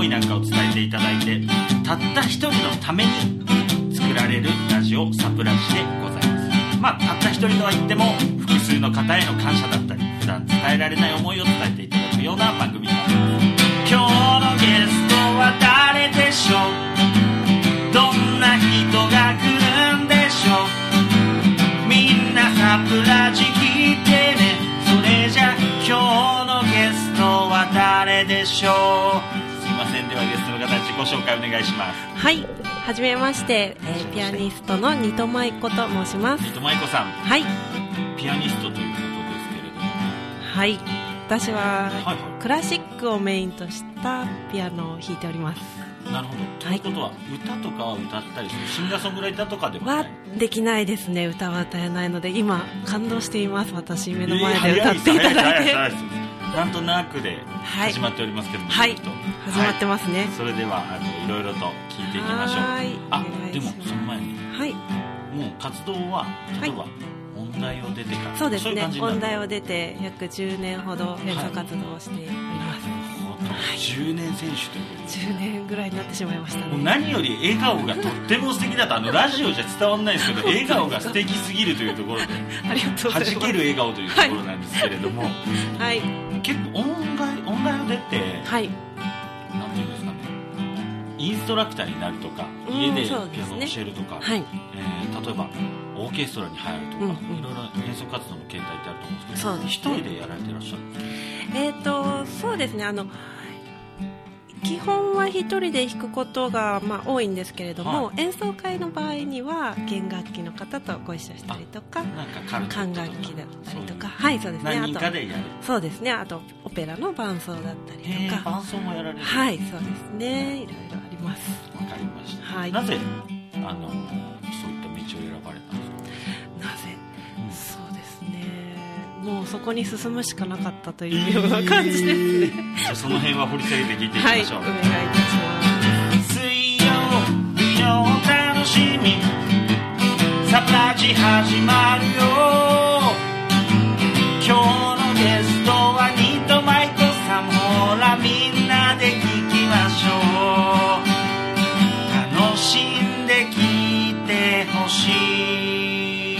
思いなんかを伝えていただいて、たった一人のために作られるラジオサプラジでございます。たった一人とは言っても複数の方への感謝だったり、普段伝えられない思いを伝えていただくような番組になっています。今日のゲストは誰でしょう、どんな人が来るんでしょう、みんなサプラジ聞いてね。それじゃ今日のゲストは誰でしょう。すいません、ではゲストの方自己紹介お願いします。 はい、はじめまして、ピアニストのニトマイコと申します。 ニトマイコさん、 はい、 ピアニストということですけれども、 はい、私ははいはい、 クラシックをメインとしたピアノを弾いております。 なるほど。ということは、歌とかは歌ったりするシンガーソングライターとかではない？ できないですね。歌は歌えないので今感動しています。私目の前で歌っていただいて、 なんとなくで始まっておりますけども、 はい、始まってますね。 それではいろいろと聞いていきましょう。でもその前に、 はい、 もう活動は例えば、音大を出てから、 そうですね、 音大を出て約10年ほど演奏活動をしております。 10年選手ということで、 10年ぐらいになってしまいましたね。 もう何より笑顔がとっても素敵だと、ラジオじゃ伝わらないですけど笑顔が素敵すぎるというところでありがとうございます。 弾ける笑顔というところなんですけれども、 はい、 結構音大を出て、 はい、 なんていうんですかね、インストラクターになるとか、家でピアノを教えるとか、 はい、 例えばオーケストラに入るとか、いろいろ演奏活動の形態ってあると思うんですけど、一人でやられてらっしゃるんですか？ そうですね、基本は一人で弾くことが多いんですけれども、演奏会の場合には弦楽器の方とご一緒したりとか、管楽器だったりとか、はい、そうですね、 何人かでやる、 そうですね、あとオペラの伴奏だったりとか、 伴奏もやられる、 はい、そうですね、いろいろあります。 わかりました。 はい、 なぜそういった道を選ばれたんですか？ なぜ、そうですね、もうそこに進むしかなかったというような感じですね。 じゃあその辺は掘り下げて聞いていきましょう。 はい、お願いいたします。 水曜日の楽しみ、サプラジ始まるよ。今日のゲストはニトマイコさん、ほらみんなで聞きましょう。楽しんで聞いてほしい。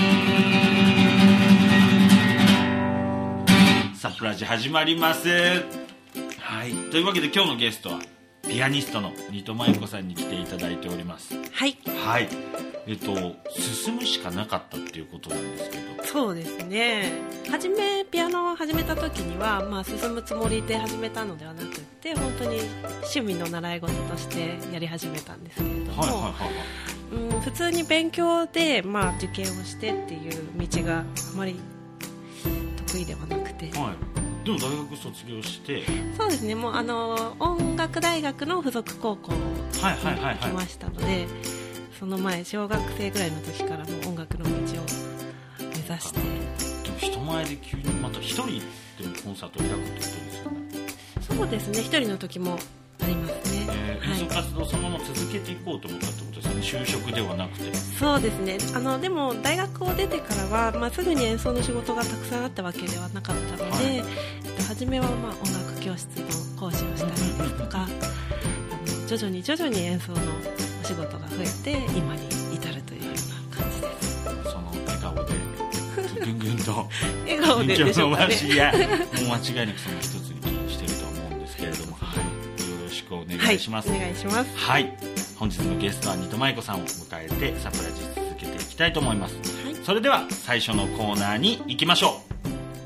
サプラジ始まります。はい、というわけで今日のゲストはピアニストのニトマイコさんに来ていただいております。 はい、 はい、進むしかなかったっていうことなんですけど。 そうですね、ピアノを始めた時には、進むつもりで始めたのではなくて、本当に趣味の習い事としてやり始めたんですけれども、普通に勉強で、受験をしてっていう道があまり得意ではなくて、 はい、でも大学卒業して、 そうですね、もう音楽大学の附属高校に行きましたので、その前小学生ぐらいの時からもう音楽の道を目指して。 でも人前で急にまた一人でコンサートを開くってことですよね。 そうですね、一人の時もありますね。 演奏活動をそのまま続けていこうと思ったってことですよね。就職ではなくて。そうですね、 でも大学を出てからは、すぐに演奏の仕事がたくさんあったわけではなかったので、初めは音楽教室の講師をしたりですとか、徐々に演奏のお仕事が増えて今に至るというような感じです。 その笑顔でぐんぐんと笑顔ででしょうかね。 いや、もう間違いなくその一つに気にしてると思うんですけれども、はい、よろしくお願いします。 はい、お願いします。 はい、本日のゲストはニトマイコさんを迎えてサプライズ続けていきたいと思います。はい、それでは最初のコーナーに行きましょう。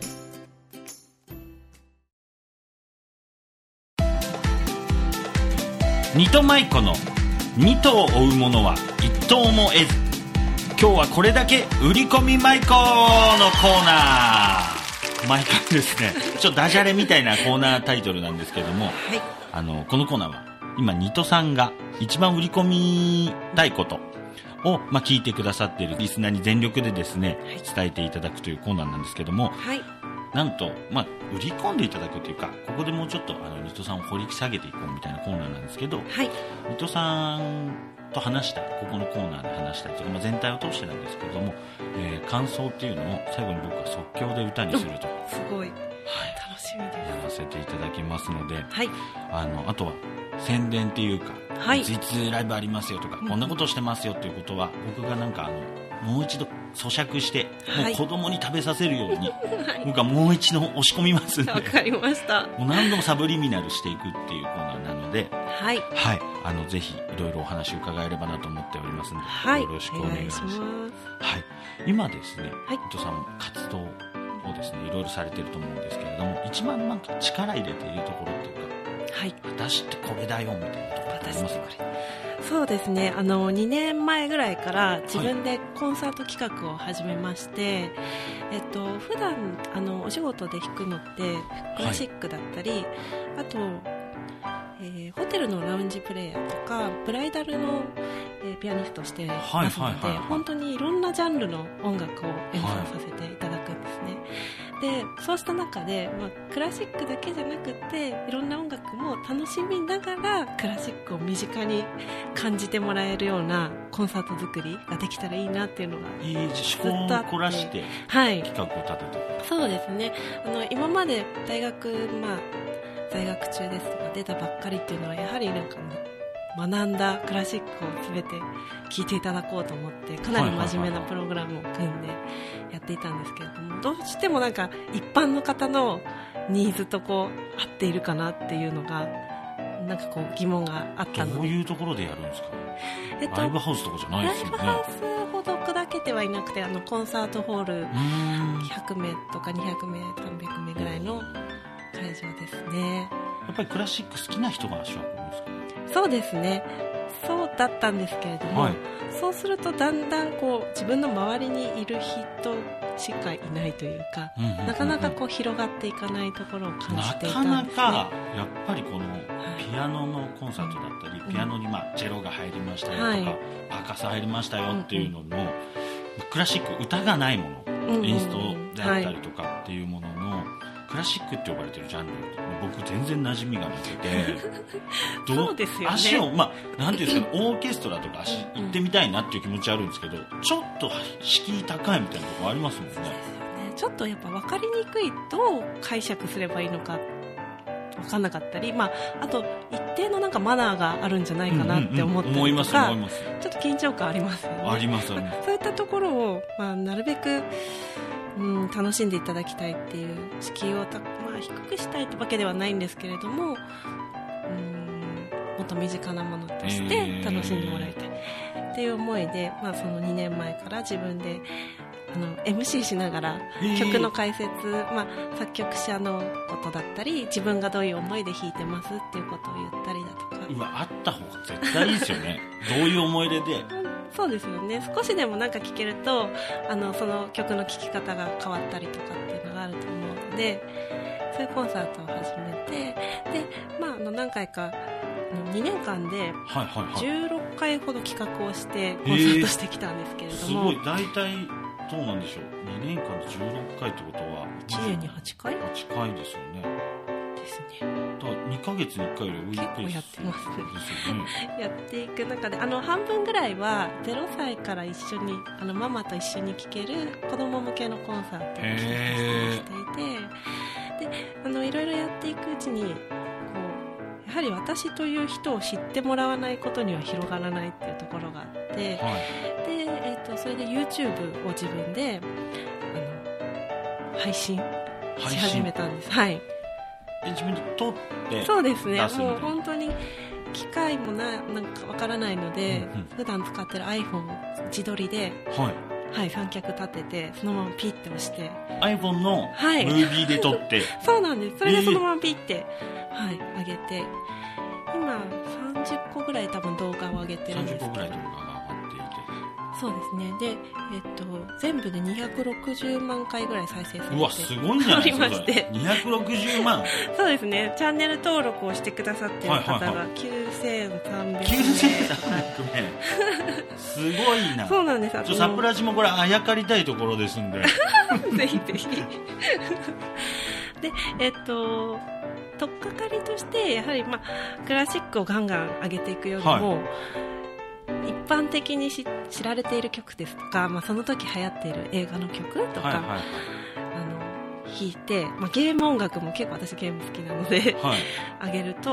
ニトマイコの2頭追うものは1頭も得ず。今日はこれだけ売り込みマイコのコーナー。毎回ですね、ちょっとダジャレみたいなコーナータイトルなんですけども、はい、このコーナーは今ニトさんが一番売り込みたいことを、聞いてくださっているリスナーに全力でですね、伝えていただくというコーナーなんですけども、はい、なんと、売り込んでいただくというか、ここでもうちょっとニトさんを掘り下げていこうみたいなコーナーなんですけど、はい、ニトさんと話した、ここのコーナーで話したりとか、全体を通してなんですけれども、感想っていうのを最後に僕は即興で歌にすると。 すごい、はい、楽しみです。 やらせていただきますので、 はい、 あとは宣伝っていうか、 はい、 いつライブありますよとか、こんなことしてますよっていうことは、僕がなんかもう一度咀嚼して、もう子供に食べさせるように、僕はもう一度押し込みますんで、 わかりました。 もう何度もサブリミナルしていくっていうコーナーなので、 はい、 はい、ぜひいろいろお話を伺えればなと思っておりますので、 はい、 よろしくお願いします。はい、今ですね、伊藤さん活動をですね、いろいろされていると思うんですけれども、一番なんか力入れているところっていうか、はい、私ってこれだよみたいなところってありますか？ そうですね、2年前ぐらいから自分でコンサート企画を始めまして、普段お仕事で弾くのってクラシックだったり、あと、ホテルのラウンジプレイヤーとかブライダルの、ピアニストしてますので、本当にいろんなジャンルの音楽を演奏させていただくんですね。でそうした中で、クラシックだけじゃなくていろんな音楽も楽しみながらクラシックを身近に感じてもらえるようなコンサート作りができたらいいなっていうのがいい思考を凝らして企画を立てて、 そうですね、今まで大学、在学中ですとか出たばっかりっていうのはやはりなんか学んだクラシックを全て聴いていただこうと思ってかなり真面目なプログラムを組んでやっていたんですけれども、どうしてもなんか一般の方のニーズとこう合っているかなっていうのがなんかこう疑問があったので。 どういうところでやるんですか？ライブハウスとかじゃないですよね。 ライブハウスほど砕けてはいなくて、コンサートホール100名とか200名300名ぐらいの会場ですね。 やっぱりクラシック好きな人が足を運ぶんですか？ そうですね、そうだったんですけれども、そうするとだんだんこう自分の周りにいる人しかいないというか、なかなかこう広がっていかないところを感じていたんですね。 なかなかやっぱりこのピアノのコンサートだったり、ピアノにチェロが入りましたよとか、パーカス入りましたよっていうのの、クラシック歌がないもの、インストであったりとかっていうもののクラシックって呼ばれてるジャンルって僕全然馴染みがなくてそうですよね、 足をなんていうんですかね、オーケストラとか行ってみたいなっていう気持ちあるんですけど、ちょっと敷居高いみたいなところありますもんね。そうですよね、 ちょっとやっぱ分かりにくい、どう解釈すればいいのか分かんなかったり、あと一定のなんかマナーがあるんじゃないかなって思ったりとか、 思いますちょっと緊張感ありますよね。 ありますよね。 そういったところを、なるべく楽しんでいただきたいっていう敷居を低くしたいってわけではないんですけれども、もっと身近なものとして楽しんでもらいたいっていう思いで、その2年前から自分でMC しながら曲の解説、作曲者のことだったり自分がどういう思いで弾いてますっていうことを言ったりだとか、 あった方が絶対いいですよねどういう思い出でそうですよね、少しでもなんか聴けるとその曲の聴き方が変わったりとかっていうのがあると思うので、そういうコンサートを始めて、で、何回か2年間で16回ほど企画をしてコンサートしてきたんですけれども、 すごい。大体どうなんでしょう、2年間で16回ってことは 1年に8回 8回ですよね。 ですね。 だから2ヶ月に1回より結構やってますね。 ですよねやっていく中で半分ぐらいは0歳から一緒にママと一緒に聴ける子供向けのコンサートをしていて、でいろいろやっていくうちにやはり私という人を知ってもらわないことには広がらないっていうところがあって、でそれで YouTube を自分で配信し始めたんです。はい。 自分で撮ってそうですね。もう本当に機械もなんかわからないので、普段使ってる iPhone を自撮りで、三脚立ててそのままピッて押して iPhone のムービーで撮って、 そうなんです。それでそのままピッて、上げて、今30個ぐらい多分動画を上げてるんですけど、30個ぐらい動画が上がっていて、そうですね。で、全部で260万回ぐらい再生されて、 うわすごいんじゃないですか。260万そうですね。チャンネル登録をしてくださっている方が9300名すごいな。 そうなんです。 サプラジもこれあやかりたいところですんでぜひぜひで、取っかかりとしてやはり、クラシックをガンガン上げていくよりも、一般的に知られている曲ですとか、その時流行っている映画の曲とか、弾いて、ゲーム音楽も結構私ゲーム好きなので、上げると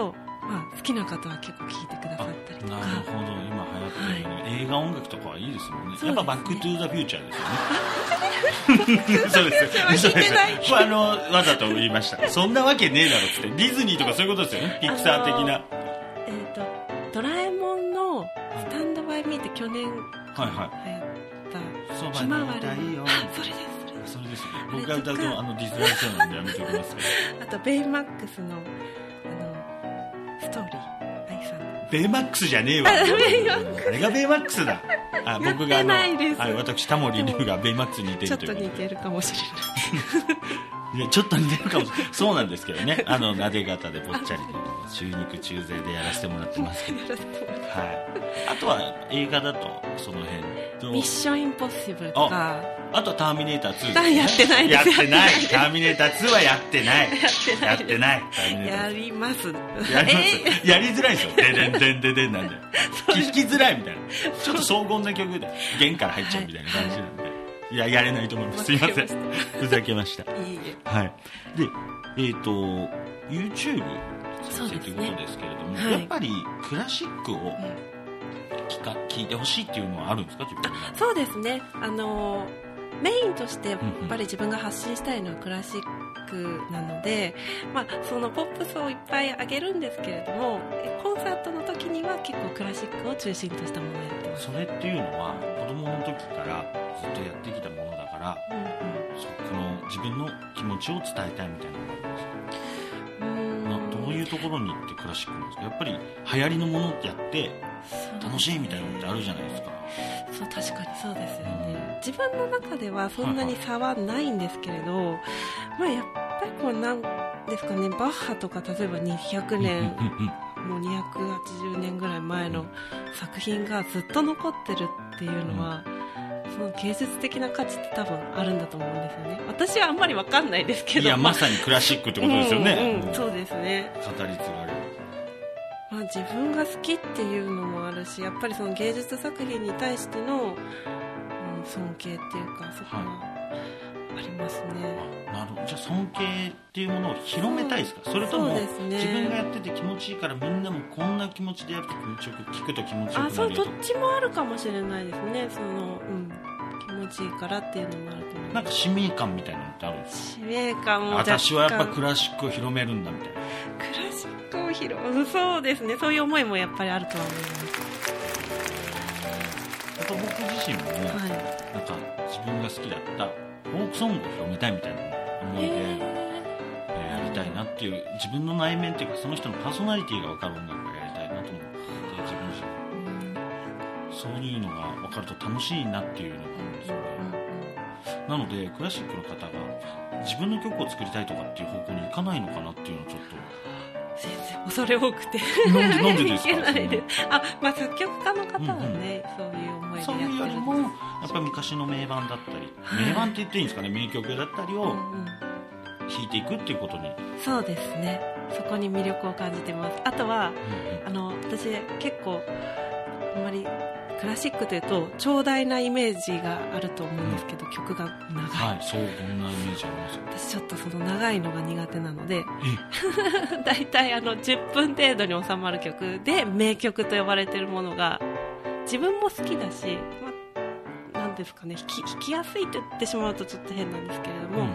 好きな方は結構聴いてくださったりとか。 なるほど、今流行ってる、映画音楽とかはいいですもんね。やっぱバックトゥーザフューチャーですよね。そうですよ。わざと言いました。そんなわけねえだろっつって。ディズニーとかそういうことですよね。ピクサー的な。 ドラえもんのスタンドバイミーって去年流行ったひまわりの、それですね。僕が歌うとディズニーそうなんでやめておきますけど。 あとベイマックスのストーリー、愛さん。 ベイマックスじゃねえわ。あれがベイマックスだ。僕が私タモリ龍がベイマックスに似てるという。 ちょっと似てるかもしれない。 いやちょっと似てるかもしれない。そうなんですけどね。なで方でぽっちゃりで中肉中背でやらせてもらってますけど。はい。あとは映画だとその辺とミッションインポッシブルとか。 あとターミネーター2ですね。やってないです。 やってない。ターミネーター2はやってない。やってない。 やります。 やりづらいですよ。ででんでんででんなんで。聞きづらいみたいな。ちょっと荘厳な曲で弦から入っちゃうみたいな感じなんで。いや、やれないと思います。すいません。ふざけました。はい。で、YouTube 撮影ということですけれども、やっぱりクラシックを聞いてほしいっていうのはあるんですか、自分が。 そうですね。メインとしてやっぱり自分が発信したいのはクラシックなので、そのポップスをいっぱいあげるんですけれども、コンサートの時には結構クラシックを中心としたものをやってます。 それっていうのは子供の時からずっとやってきたものだから、その自分の気持ちを伝えたいみたいなのがあるんですか？どういうところに行ってクラシックなんですか？やっぱり流行りのものってやって楽しいみたいなのってあるじゃないですか。 そう、確かにそうですよね。自分の中ではそんなに差はないんですけれど、やっぱりなんですかね、バッハとか例えば200年、もう280年ぐらい前の作品がずっと残ってるっていうのは、その芸術的な価値って多分あるんだと思うんですよね。私はあんまり分かんないですけど。 いや、まさにクラシックってことですよね。 そうですね。 語り継がれる。 自分が好きっていうのもあるし、やっぱりその芸術作品に対しての、尊敬っていうか、そこはありますね。 なるほど。じゃあ尊敬っていうものを広めたいですか？それとも自分がやってて気持ちいいからみんなもこんな気持ちでやると気持ちよく聞くと気持ちよくなるよと。 どっちもあるかもしれないですね。気持ちいいからっていうのもあると思います。 なんか使命感みたいなのってあるんですか？ 使命感も私はやっぱクラシックを広めるんだみたいな。 クラシックを広め、そうですね。そういう思いもやっぱりあるとは思います。 やっぱ僕自身もね、なんか自分が好きだったフォークソングを広めたいみたいな思いで、やりたいなっていう自分の内面っていうかその人のパーソナリティが分かる音楽をやりたいなと思って、自分自身そういうのが分かると楽しいなっていうのがあるんですよね。なのでクラシックの方が自分の曲を作りたいとかっていう方向に行かないのかなっていうのをちょっと全然恐れ多くてなんでですか？ 作曲家の方はね、そういう思いでやってるんです。 そういうよりもやっぱり昔の名盤だったり、名盤って言っていいんですかね、名曲だったりを弾いていくっていうことに、 そうですね、そこに魅力を感じてます。あとは、私結構あんまりクラシックというと長大なイメージがあると思うんですけど、曲が長い、 そう、こんなイメージありますよ。 私ちょっとその長いのが苦手なのでだいたい10分程度に収まる曲で名曲と呼ばれているものが自分も好きだし、なんですかね、弾きやすいと言ってしまうとちょっと変なんですけれども、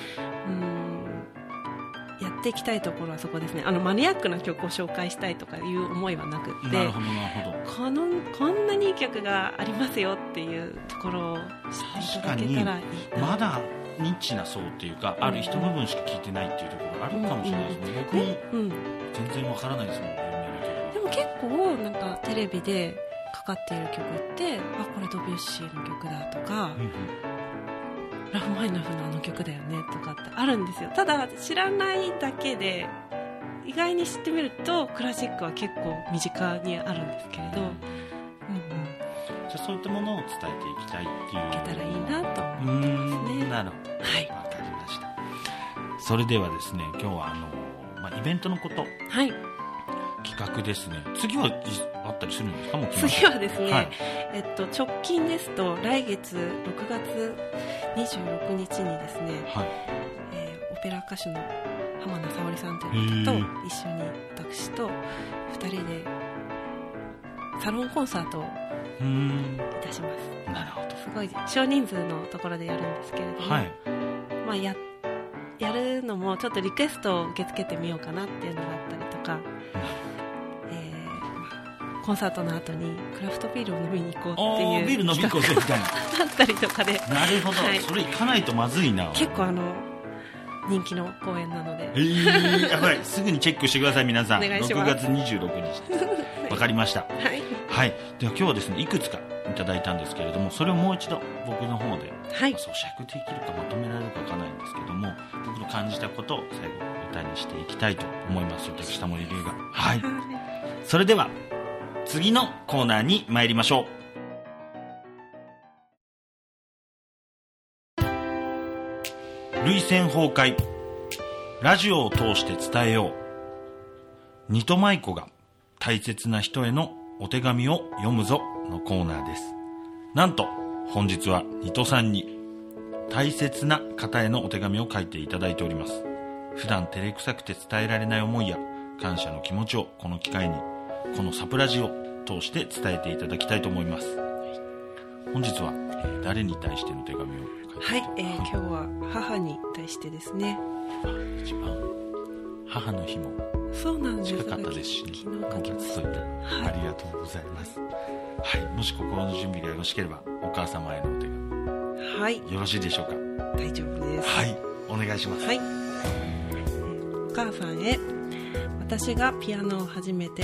やっていきたいところはそこですね。マニアックな曲を紹介したいとかいう思いはなくって、 なるほどなるほど、 こんなにいい曲がありますよっていうところを知っていただけたらいいな。 まだニッチな層っていうか、ある一部分しか聴いてないっていうところがあるかもしれないですね。僕も全然わからないですもんね。 でも結構なんかテレビでかかっている曲って、これドビュッシーの曲だとか、ラフマニノフのあの曲だよねとかってあるんですよ。ただ知らないだけで、意外に知ってみるとクラシックは結構身近にあるんですけれど、 じゃあそういったものを伝えていきたいっていう、 いけたらいいなと思ってますね。 なるほど、わかりました。それではですね、今日はイベントのこと、企画ですね。次はあったりするんですか？もう次はですね、直近ですと来月6月26日にですね、オペラ歌手の浜名沙織さんという方と一緒に私と2人でサロンコンサートをいたします。 なるほど。 すごい少人数のところでやるんですけれども、 はい、 まあ、やるのもちょっとリクエストを受け付けてみようかなっていうのがあったりとか、コンサートの後にクラフトビールを飲みに行こうっていうビール飲みに行こうみたいなあったりとかで、 なるほど、はい、それ行かないとまずいな。 結構人気の公演なので、 やばい、すぐにチェックしてください皆さん。 お願いします。 6月26日わかりました。はい、はい、では今日はですねいくつかいただいたんですけれども、それをもう一度僕の方で、はい、咀嚼できるかまとめられるかわからないんですけども、僕の感じたことを最後歌にしていきたいと思います。私田森龍が、はい、それでは次のコーナーに参りましょう。涙腺崩壊、ラジオを通して伝えよう。ニトマイコが大切な人へのお手紙を読むぞのコーナーです。なんと本日はニトさんに大切な方へのお手紙を書いていただいております。普段照れくさくて伝えられない思いや感謝の気持ちをこの機会にこのサプラジを通して伝えていただきたいと思います。本日は、誰に対しての手紙を書いていただいて、 今日は母に対してですね。 一番母の日もそうなんです、 近かったですし、ね、 昨日書きました。 ありがとうございます。はい、もし心の準備がよろしければお母様へのお手紙、はい、よろしいでしょうか。 大丈夫です。 はい、お願いします。 はい、お母さんへ。私がピアノを始めて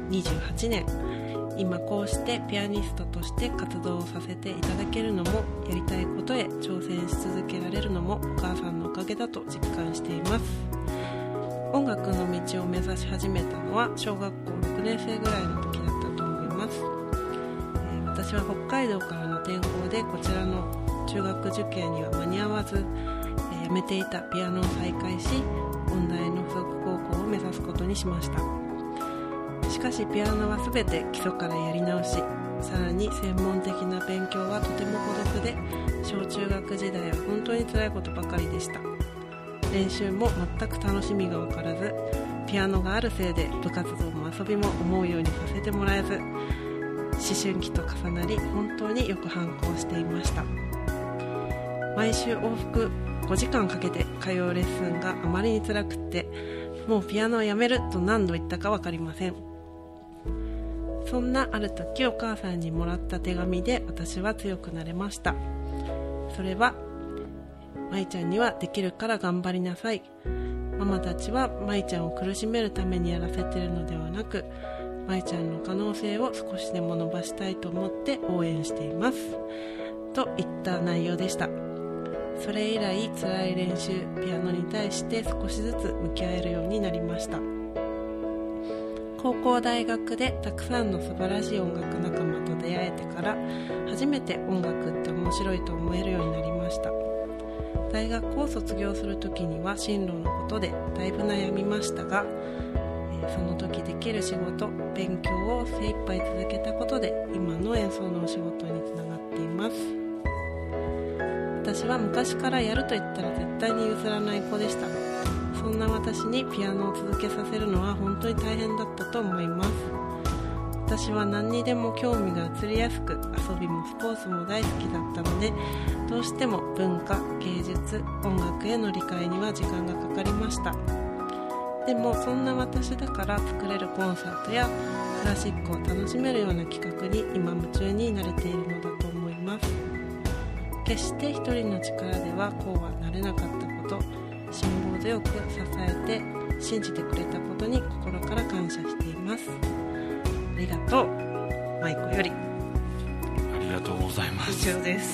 28年、今こうしてピアニストとして活動をさせていただけるのも、やりたいことへ挑戦し続けられるのもお母さんのおかげだと実感しています。音楽の道を目指し始めたのは小学校6年生ぐらいの時だったと思います。私は北海道からの転校でこちらの中学受験には間に合わず、辞めていたピアノを再開し、音大の附属高校を目指すことにしました。しかしピアノは全て基礎からやり直し、さらに専門的な勉強はとても孤独で、小中学時代は本当に辛いことばかりでした。練習も全く楽しみが分からず、ピアノがあるせいで部活動も遊びも思うようにさせてもらえず、思春期と重なり本当によく反抗していました。毎週往復5時間かけて通うレッスンがあまりに辛くって、もうピアノをやめると何度言ったか分かりません。そんなある時、お母さんにもらった手紙で私は強くなれました。それは、舞ちゃんにはできるから頑張りなさい。ママたちは舞ちゃんを苦しめるためにやらせているのではなく、舞ちゃんの可能性を少しでも伸ばしたいと思って応援していますといった内容でした。それ以来辛い練習、ピアノに対して少しずつ向き合えるようになりました。高校大学でたくさんの素晴らしい音楽仲間と出会えてから初めて音楽って面白いと思えるようになりました。大学を卒業する時には進路のことでだいぶ悩みましたが、その時できる仕事、勉強を精一杯続けたことで今の演奏のお仕事につながっています。私は昔からやると言ったら絶対に譲らない子でした。そんな私にピアノを続けさせるのは本当に大変だったと思います。私は何にでも興味が移りやすく、遊びもスポーツも大好きだったので、どうしても文化、芸術、音楽への理解には時間がかかりました。でもそんな私だから作れるコンサートやクラシックを楽しめるような企画に今夢中になれているのだと思います。決して一人の力ではこうはなれなかったこと、辛抱強く支えて信じてくれたことに心から感謝しています。ありがとう、マイコより。 ありがとうございます。 以上です。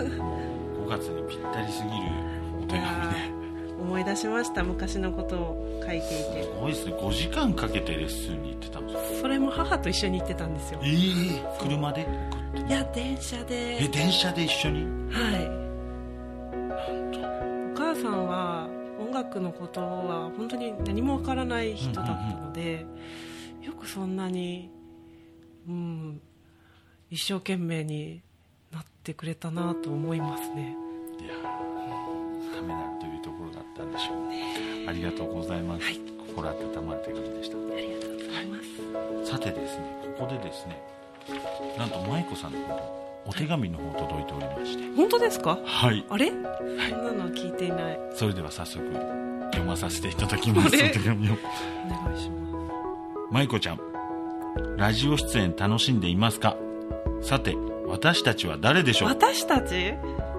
5月にぴったりすぎるお手紙で思い出しました。昔のことを書いていて。 すごいですね。5時間かけてレッスンに行ってたんですか？ それも母と一緒に行ってたんですよ。 車で送って？ いや、電車で。 電車で一緒に？ はい。なんとお母さんは音楽のことは本当に何もわからない人だったので、よくそんなに、一生懸命になってくれたなと思いますね。 いや、ためなるというところだったったんでしょう。ありがとうございます、はい、心温まる手紙でした。 ありがとうございます、 はい、さてですね、ここでですね、なんと舞子さんのお手紙の方届いておりまして。 本当ですか？ はい。 あれ、 はい、 そんなの聞いていない。 それでは早速読まさせていただきます。お手紙をお願いします。 舞子ちゃん、ラジオ出演楽しんでいますか？さて、私たちは誰でしょう？ 私たち？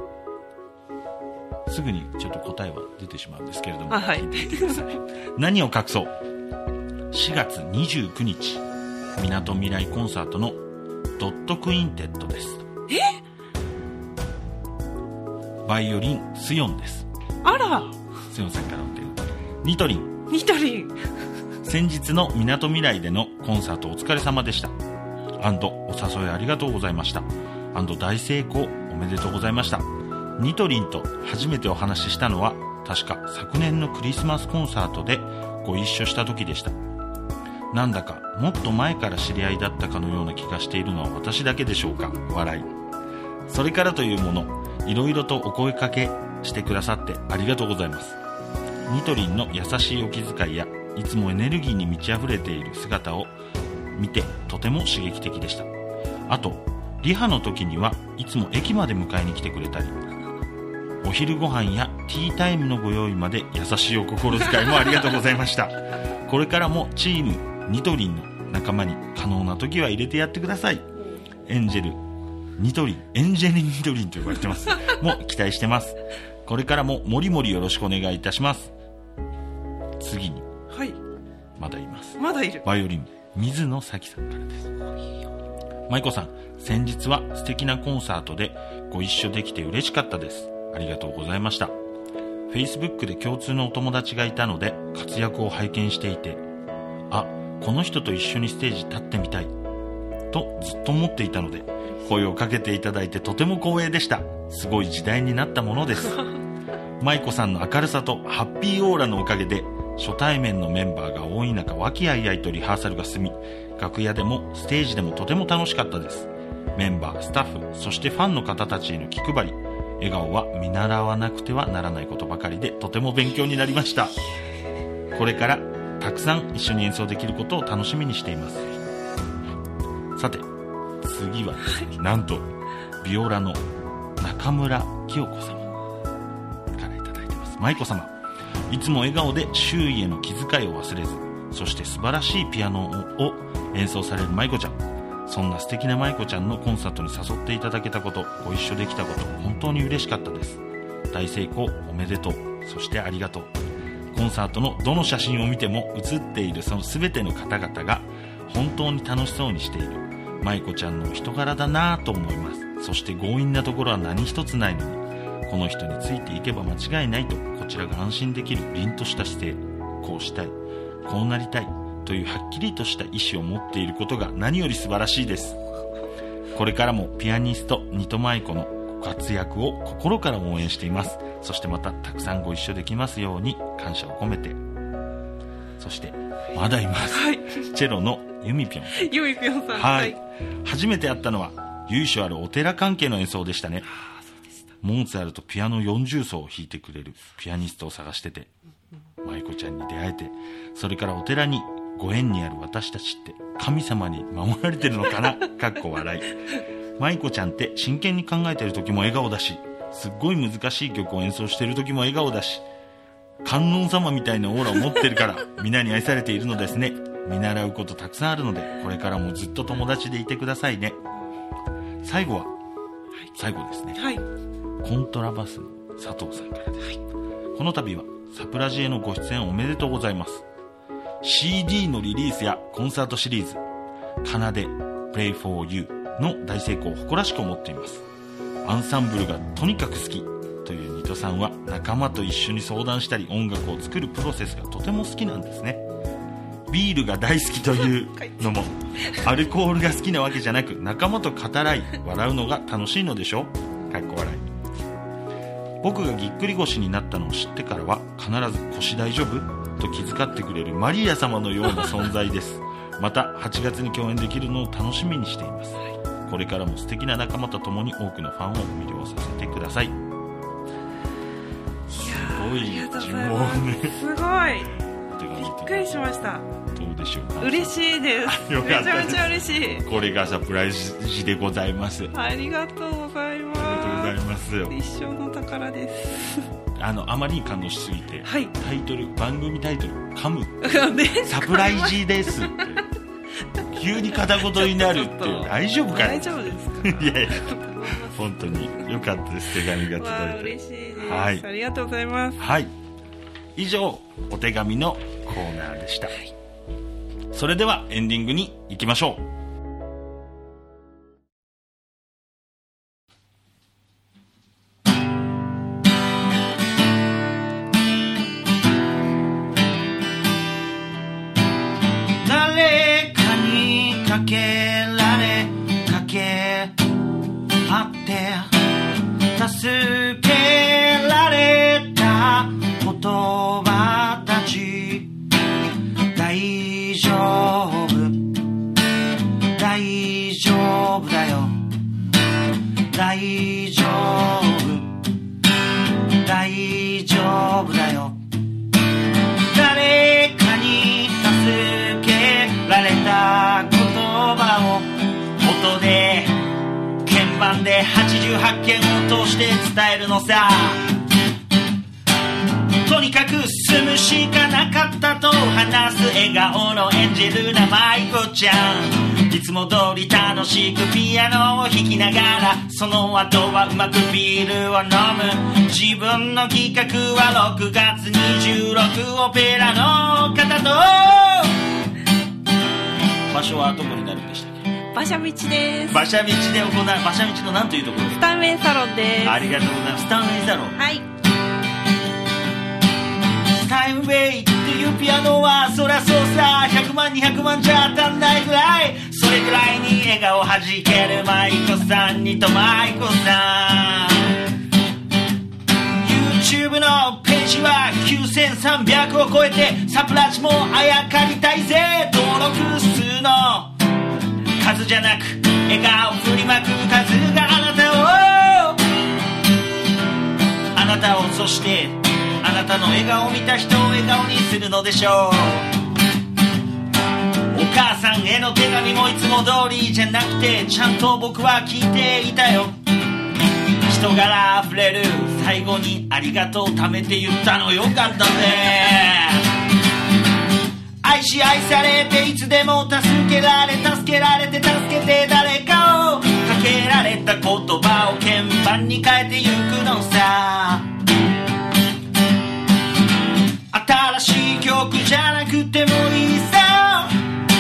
すぐにちょっと答えは出てしまうんですけれども、 はい、 聞いてみてください。何を隠そう、4月29日みなとみらいコンサートのドットクインテッドです。バイオリンスヨンです。 あら、 スヨンさんからの手紙。ニトリン。 ニトリン。 先日のみなとみらいでのコンサートお疲れ様でした。お誘いありがとうございました。大成功おめでとうございました。ニトリンと初めてお話ししたのは確か昨年のクリスマスコンサートでご一緒した時でした。なんだかもっと前から知り合いだったかのような気がしているのは私だけでしょうか。笑い。それからというもの、いろいろとお声かけしてくださってありがとうございます。ニトリンの優しいお気遣いやいつもエネルギーに満ち溢れている姿を見てとても刺激的でした。あとリハの時にはいつも駅まで迎えに来てくれたり、お昼ご飯やティータイムのご用意まで優しいお心遣いもありがとうございました。これからもチームニトリンの仲間に可能な時は入れてやってください。エンジェルニトリンと呼ばれてますもう期待してます。これからももりもりよろしくお願いいたします。次に、 はい、 まだいます。 まだいる。 バイオリン水野咲さんからです。舞子さん、先日は素敵なコンサートでご一緒できて嬉しかったです。ありがとうございました。 Facebook で共通のお友達がいたので活躍を拝見していて、この人と一緒にステージ立ってみたいとずっと思っていたので声をかけていただいてとても光栄でした。すごい時代になったものです舞子さんの明るさとハッピーオーラのおかげで初対面のメンバーが多い中和気あいあいとリハーサルが進み、楽屋でもステージでもとても楽しかったです。メンバー、スタッフ、そしてファンの方たちへの気配り、笑顔は見習わなくてはならないことばかりでとても勉強になりました。これからたくさん一緒に演奏できることを楽しみにしています。さて次はですね、なんとビオラの中村清子様からいただいてます。舞子様、いつも笑顔で周囲への気遣いを忘れず、そして素晴らしいピアノを演奏される舞子ちゃん。そんな素敵な舞子ちゃんのコンサートに誘っていただけたこと、ご一緒できたこと、本当に嬉しかったです。大成功おめでとう、そしてありがとう。コンサートのどの写真を見ても写っているその全ての方々が本当に楽しそうにしている舞子ちゃんの人柄だなぁと思います。そして強引なところは何一つないのに、この人についていけば間違いないとこちらが安心できる凛とした姿勢、こうしたい、こうなりたいというはっきりとした意志を持っていることが何より素晴らしいです。これからもピアニストニト舞子のご活躍を心から応援しています。そしてまたたくさんご一緒できますように感謝を込めて。そしてまだいます、はい、チェロのユミピョンさん、 はい、初めて会ったのは由緒あるお寺関係の演奏でしたね。モーツァルトピアノ40奏を弾いてくれるピアニストを探してて、舞子ちゃんに出会えて、それからお寺にご縁にある私たちって神様に守られてるのかなかっこ笑い。舞子ちゃんって真剣に考えてる時も笑顔だし、すっごい難しい曲を演奏してる時も笑顔だし、観音様みたいなオーラを持ってるから皆に愛されているのですね。見習うことたくさんあるので、これからもずっと友達でいてくださいね。最後ですね、はい、コントラバスの佐藤さんからです、はい、この度はサプラジへのご出演おめでとうございます。 CD のリリースやコンサートシリーズ奏で Play for You の大成功を誇らしく思っています。アンサンブルがとにかく好きというニトさんは、仲間と一緒に相談したり音楽を作るプロセスがとても好きなんですね。ビールが大好きというのもアルコールが好きなわけじゃなく、仲間と語らい笑うのが楽しいのでしょ。かっこ笑い。僕がぎっくり腰になったのを知ってからは必ず腰大丈夫と気遣ってくれるマリア様のような存在ですまた8月に共演できるのを楽しみにしています。これからも素敵な仲間と共に多くのファンを魅了させてください。すごいありがとうございもます、 うねすごいびっくりしました。 どうでしょうか。 嬉しいですよかったです。 めちゃめちゃ嬉しい。 これがサプライズでございます。 ありがとうございます。 ありがとうございますよ。 一生の宝ですあまりに感動しすぎて、 はい、 タイトル、番組タイトル噛むサプサライズですって急に片言になるって大丈夫かよ。 大丈夫ですか。 いやいや本当に良かったです。手紙が届いて、 わあ嬉しいです、 はい、 ありがとうございます。 はい、以上お手紙のコーナーでした、はい、それではエンディングに行きましょう。誰かにかけられかけあって助けられた言葉たち、大丈夫大丈夫だよ、大丈夫大丈夫だよ、誰かに助けられた言葉を音で鍵盤で88件を通して伝えるのさ。とにかく進むしかなかったと話す笑顔のエンジェルなマイコちゃん、いつも通り楽しくピアノを弾きながら、その後はうまくビールを飲む。自分の企画は6月26オペラの方と、場所はどこになるんでしたっけ。 馬車道です。 馬車道で行う、馬車道の何というところ。 スタンウェイサロンです。 ありがとうございます。スタンウェイサロン、 はい。 スタンウェイっていうピアノはそりゃそうさ、100万200万じゃ当たんないぐらい、それぐらいに笑顔はじけるマイコさんにとマイコさん。 YouTube のページは9300を超えて、サプラチもあやかりたいぜ。登録数の数じゃなく笑顔振りまく数があなたをそしてあなたの笑顔を見た人を笑顔にするのでしょう。お母さんへの手紙もいつも通りじゃなくて、ちゃんと僕は聞いていたよ。人柄あふれる最後にありがとう貯めて言ったのよかったね。愛し愛されていつでも助けられて助けて誰かをかけられた言葉を鍵盤に変えてゆくのさ。新しい曲じゃなくてもいいさ、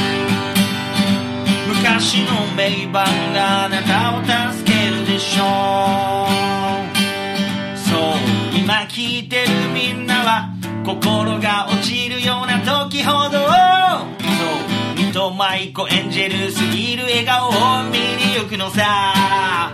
昔の名盤があなたを助けるでしょう。そう今聴いてるみんなは心が落ちるような時ほど、そうミトマイコエンジェルすぎる笑顔を見に行くのさ。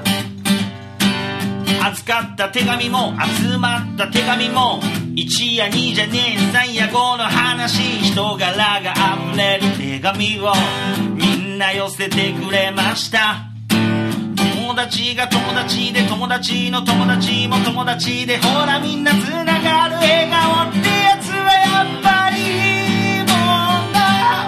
預かった手紙も集まった手紙も1や2じゃねえ3や5の話、人柄が溢れる手紙をみんな寄せてくれました。友達が友達で友達の友達も友達で、ほらみんなつながる笑顔ってやつはやっぱりいいもんだ。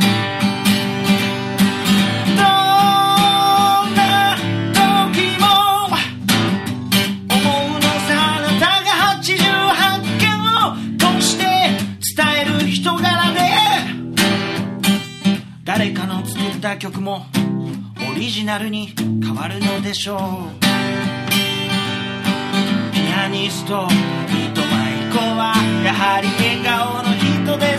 どんな時も思うのさ、あなたが88件を通して伝える人柄で、誰かの作った曲もオリジナルに変わるのでしょう。ピアニストミトマイコはやはり笑顔の人です。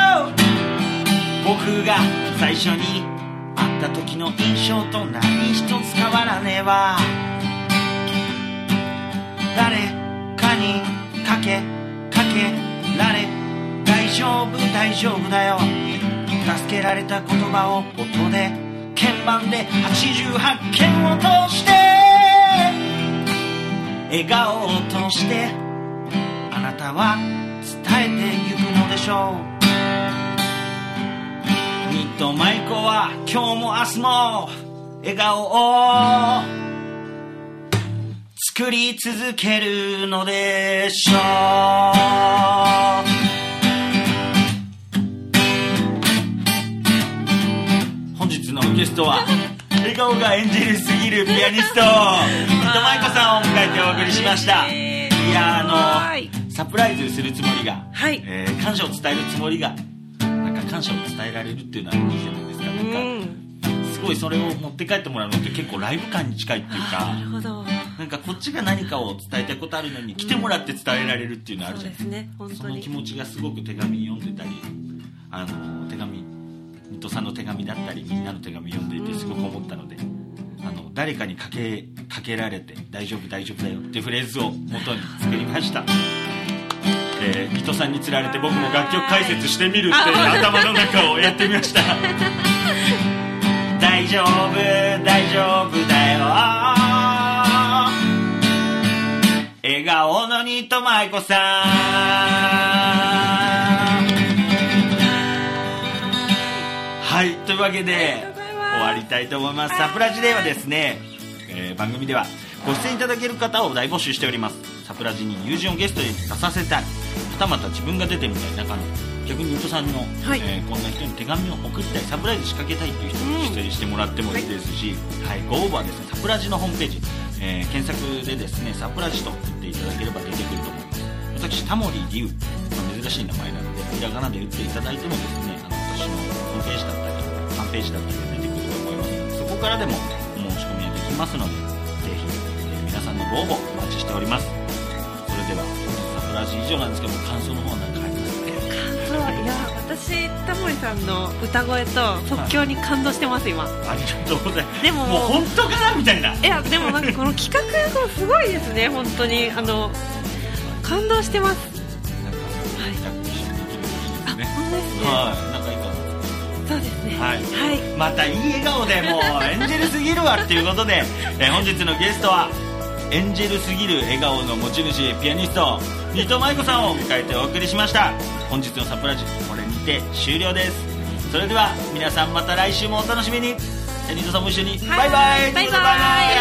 僕が最初に会った時の印象と何一つ変わらねば。誰かにかけられ大丈夫大丈夫だよ、助けられた言葉を音で鍵盤で88件を通して笑顔を通してあなたは伝えてゆくのでしょう。ミッドマイコは今日も明日も笑顔を作り続けるのでしょう。本日のゲストは笑顔がエンジェルすぎるピアニスト水戸舞子さんを迎えてお送りしました。いやサプライズするつもりが、はい感謝を伝えるつもりがなんか感謝を伝えられるっていうのはいいじゃないですか。なんかすごいそれを持って帰ってもらうのって結構ライブ感に近いっていうか、 なるほど。 なんかこっちが何かを伝えたいことあるのに来てもらって伝えられるっていうのあるじゃないですか。 そうですね、本当にその気持ちがすごく手紙読んでたり手紙水戸さんの手紙だったりみんなの手紙読んでいてすごく思ったので、誰かにかけられて大丈夫大丈夫だよっていうフレーズを元に作りました。水戸さんにつられて僕も楽曲解説してみるっていう頭の中をやってみました大丈夫大丈夫だよ笑顔の水戸舞子さん。はい、というわけで終わりたいと思います。サプラジではですね、番組ではご出演いただける方を大募集しております。サプラジに友人をゲストに出させたい、はたまた自分が出てみたい中の逆に水戸さんの、はい、こんな人に手紙を送りたい、サプライズ仕掛けたいという人に出演してもらってもいいですし、はいご応募はですねサプラジのホームページ、検索でですねサプラジと打っていただければ出てくると思います。私タモリリュウ、珍しい名前なのでひらがなで打っていただいてもですね私のホームページだったりファンページだったりが出てくると思いますので、そこからでもお申し込みができますのでぜひ、皆さんのご応募お待ちしております。それではサプラジ以上なんですけども感想の方は何かありますか？ いや私タモリさんの歌声と即興に感動してます今。 ありがとうございます。 でももう本当かなみたいな。 いやでもなんかこの企画がすごいですね本当に感動してます。 はい。 あ、本当ですね。 はい。仲いいかも。 そうですね。 はい。 はい。 またいい笑顔でもうエンジェルすぎるわっていうことで、本日のゲストはエンジェルすぎる笑顔の持ち主ピアニスト水戸舞子さんを迎えてお送りしました。本日のサプライズこれにて終了です。それでは皆さんまた来週もお楽しみに。水戸さんも一緒にバイバイ。 バイバイ。